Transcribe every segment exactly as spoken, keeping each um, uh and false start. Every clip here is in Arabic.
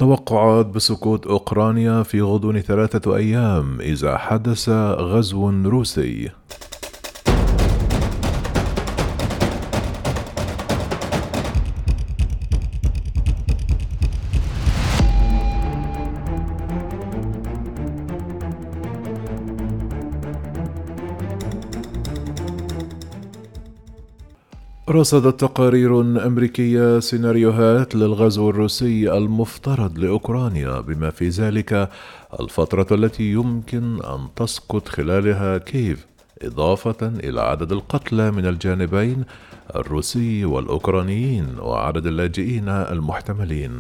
توقعات بسقوط أوكرانيا في غضون ثلاثة أيام إذا حدث غزو روسي. رصدت تقارير أمريكية سيناريوهات للغزو الروسي المفترض لأوكرانيا، بما في ذلك الفترة التي يمكن أن تسقط خلالها كييف، إضافة إلى عدد القتلى من الجانبين الروسي والأوكرانيين وعدد اللاجئين المحتملين.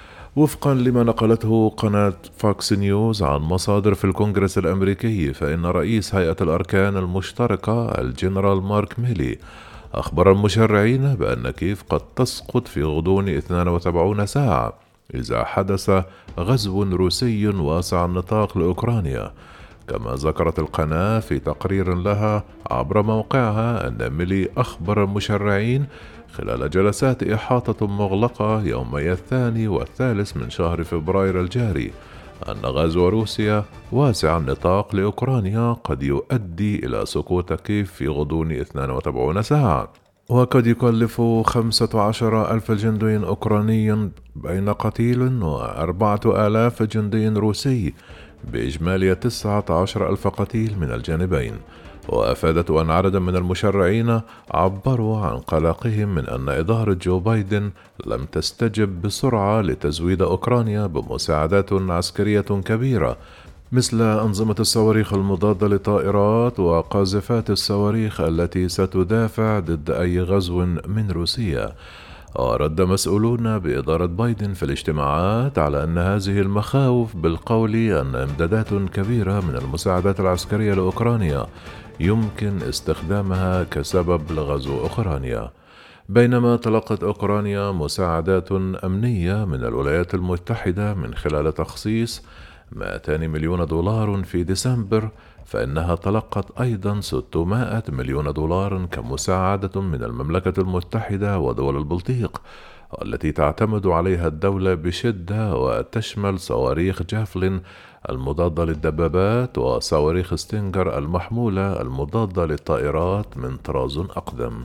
وفقا لما نقلته قناة فوكس نيوز عن مصادر في الكونغرس الأمريكي، فإن رئيس هيئة الأركان المشتركة الجنرال مارك ميلي أخبر المشرعين بأن كييف قد تسقط في غضون اثنتين وسبعين ساعة إذا حدث غزو روسي واسع النطاق لأوكرانيا. كما ذكرت القناة في تقرير لها عبر موقعها أن ميلي أخبر المشرعين خلال جلسات إحاطة مغلقة يومي الثاني والثالث من شهر فبراير الجاري أن غزو روسيا واسع النطاق لأوكرانيا قد يؤدي إلى سقوط كييف في غضون اثنتين وسبعين ساعة، وقد يكلف خمسة عشر ألف جندي أوكراني بين قتيل وأربعة آلاف جندي روسي، بإجمالي تسعة عشر ألف قتيل من الجانبين. وأفادت أن عددا من المشرعين عبروا عن قلقهم من أن إدارة جو بايدن لم تستجب بسرعة لتزويد أوكرانيا بمساعدات عسكرية كبيرة مثل أنظمة الصواريخ المضادة للطائرات وقاذفات الصواريخ التي ستدافع ضد أي غزو من روسيا. ورد مسؤولون بإدارة بايدن في الاجتماعات على أن هذه المخاوف بالقول أن إمدادات كبيرة من المساعدات العسكرية لأوكرانيا يمكن استخدامها كسبب لغزو أوكرانيا. بينما تلقت أوكرانيا مساعدات أمنية من الولايات المتحدة من خلال تخصيص مئتين مليون دولار في ديسمبر، فإنها تلقت أيضا ستمائة مليون دولار كمساعدة من المملكة المتحدة ودول البلطيق، والتي تعتمد عليها الدولة بشدة، وتشمل صواريخ جافلين المضادة للدبابات وصواريخ ستينجر المحمولة المضادة للطائرات من طراز أقدم.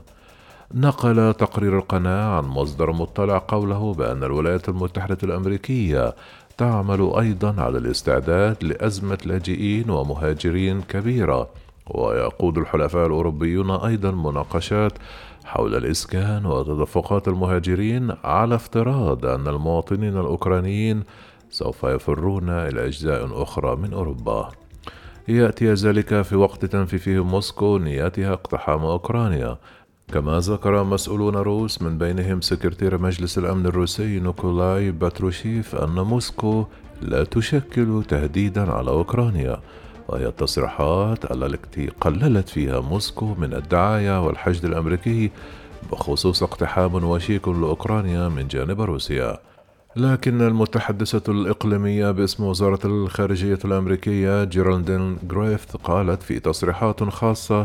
نقل تقرير القناة عن مصدر مطلع قوله بأن الولايات المتحدة الأمريكية تعمل أيضا على الاستعداد لأزمة لاجئين ومهاجرين كبيرة، ويقود الحلفاء الأوروبيون أيضا مناقشات حول الإسكان وتدفقات المهاجرين، على افتراض أن المواطنين الأوكرانيين سوف يفرون إلى أجزاء أخرى من أوروبا. يأتي ذلك في وقت تنفي فيه موسكو نيتها اقتحام أوكرانيا. كما ذكر مسؤولون روس من بينهم سكرتير مجلس الأمن الروسي نيكولاي باتروشيف أن موسكو لا تشكل تهديدا على أوكرانيا، وهي التصريحات التي قللت فيها موسكو من الدعاية والحشد الأمريكي بخصوص اقتحام وشيك لأوكرانيا من جانب روسيا. لكن المتحدثة الإقليمية باسم وزارة الخارجية الأمريكية جيرالدين غريفث قالت في تصريحات خاصة: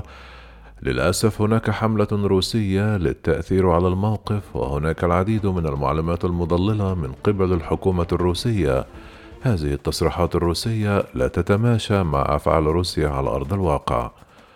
للأسف هناك حملة روسية للتأثير على الموقف، وهناك العديد من المعلومات المضللة من قبل الحكومة الروسية. هذه التصريحات الروسية لا تتماشى مع أفعال روسيا على أرض الواقع.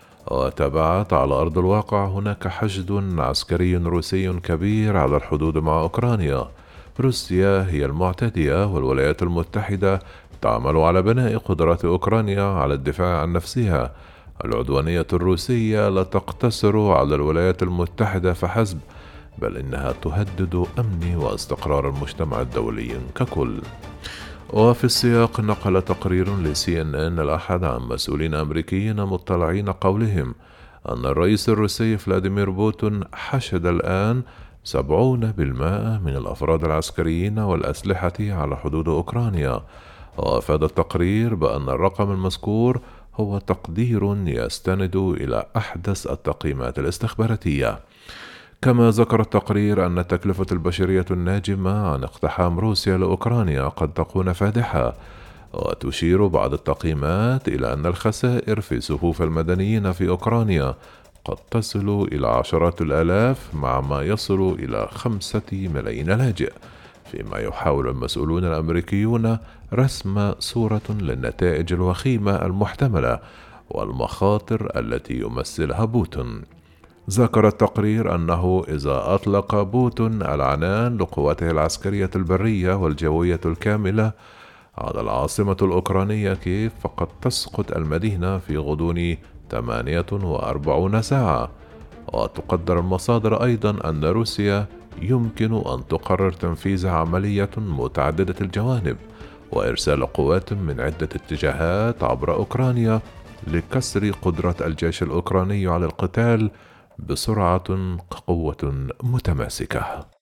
وتابعت: على أرض الواقع هناك حشد عسكري روسي كبير على الحدود مع أوكرانيا. روسيا هي المعتدية، والولايات المتحدة تعمل على بناء قدرات أوكرانيا على الدفاع عن نفسها. العدوانية الروسية لا تقتصر على الولايات المتحدة فحسب، بل إنها تهدد أمن واستقرار المجتمع الدولي ككل. وفي السياق نقل تقرير لسي إن إن الأحد عن مسؤولين أمريكيين مطلعين قولهم أن الرئيس الروسي فلاديمير بوتين حشد الآن سبعين بالمئة من الأفراد العسكريين والأسلحة على حدود أوكرانيا. وأفاد التقرير بأن الرقم المذكور هو تقدير يستند إلى أحدث التقييمات الاستخباراتية. كما ذكر التقرير أن التكلفة البشرية الناجمة عن اقتحام روسيا لأوكرانيا قد تكون فادحة، وتشير بعض التقييمات إلى أن الخسائر في صفوف المدنيين في أوكرانيا قد تصل إلى عشرات الآلاف، مع ما يصل إلى خمسة ملايين لاجئ. فيما يحاول المسؤولون الأمريكيون رسم صورة للنتائج الوخيمة المحتملة والمخاطر التي يمثلها بوتين. ذكر التقرير أنه إذا أطلق بوتين العنان لقواته العسكرية البرية والجوية الكاملة على العاصمة الأوكرانية كييف فقد تسقط المدينة في غضون ثمانية وأربعين ساعة. وتقدر المصادر أيضا أن روسيا يمكن أن تقرر تنفيذ عملية متعددة الجوانب وإرسال قوات من عدة اتجاهات عبر أوكرانيا لكسر قدرة الجيش الأوكراني على القتال بسرعة كقوة متماسكة.